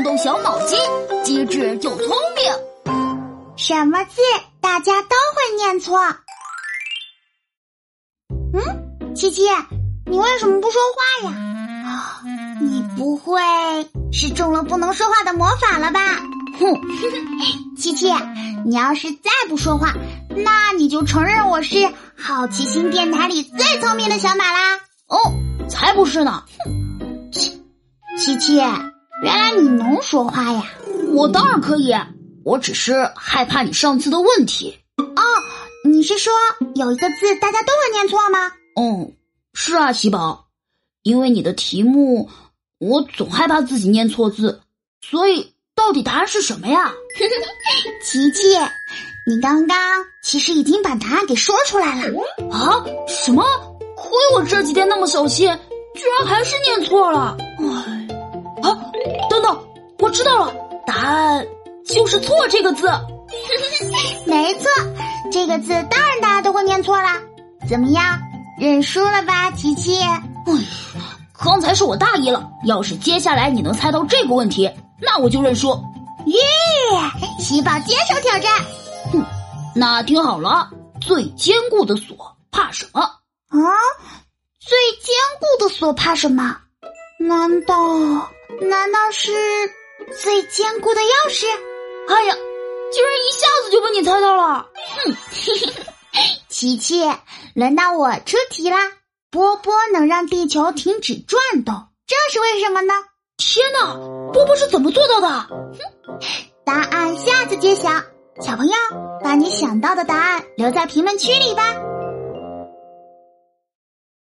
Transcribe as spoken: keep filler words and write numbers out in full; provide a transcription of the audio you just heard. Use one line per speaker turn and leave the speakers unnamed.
动小脑筋，机智就聪明。
什么字大家都会念错？嗯，琪琪，你为什么不说话呀？啊，你不会是中了不能说话的魔法了吧？哼，琪琪，你要是再不说话，那你就承认我是好奇心电台里最聪明的小马啦。
哦，才不是呢。
哼，琪琪，原来你能说话呀？
我当然可以，我只是害怕你上次的问题。
哦，你是说有一个字大家都会念错吗？
嗯，是啊，喜宝，因为你的题目，我总害怕自己念错字，所以到底答案是什么呀？
琪琪，你刚刚其实已经把答案给说出来了。
啊？什么？亏我这几天那么小心，居然还是念错了。唉，啊，等等，我知道了，答案就是错这个字。
没错，这个字当然大家都会念错啦。怎么样，认输了吧，琪琪？
哎，刚才是我大意了，要是接下来你能猜到这个问题，那我就认输。
耶！喜宝接受挑战。
哼，那听好了，最坚固的锁怕什么？
啊，最坚固的锁怕什么？难道难道是最坚固的钥匙？
哎呀，居然一下子就被你猜到了！
哼，琪琪，轮到我出题啦。波波能让地球停止转动，这是为什么呢？
天哪，波波是怎么做到的？
哼，答案下次揭晓。小朋友，把你想到的答案留在评论区里吧。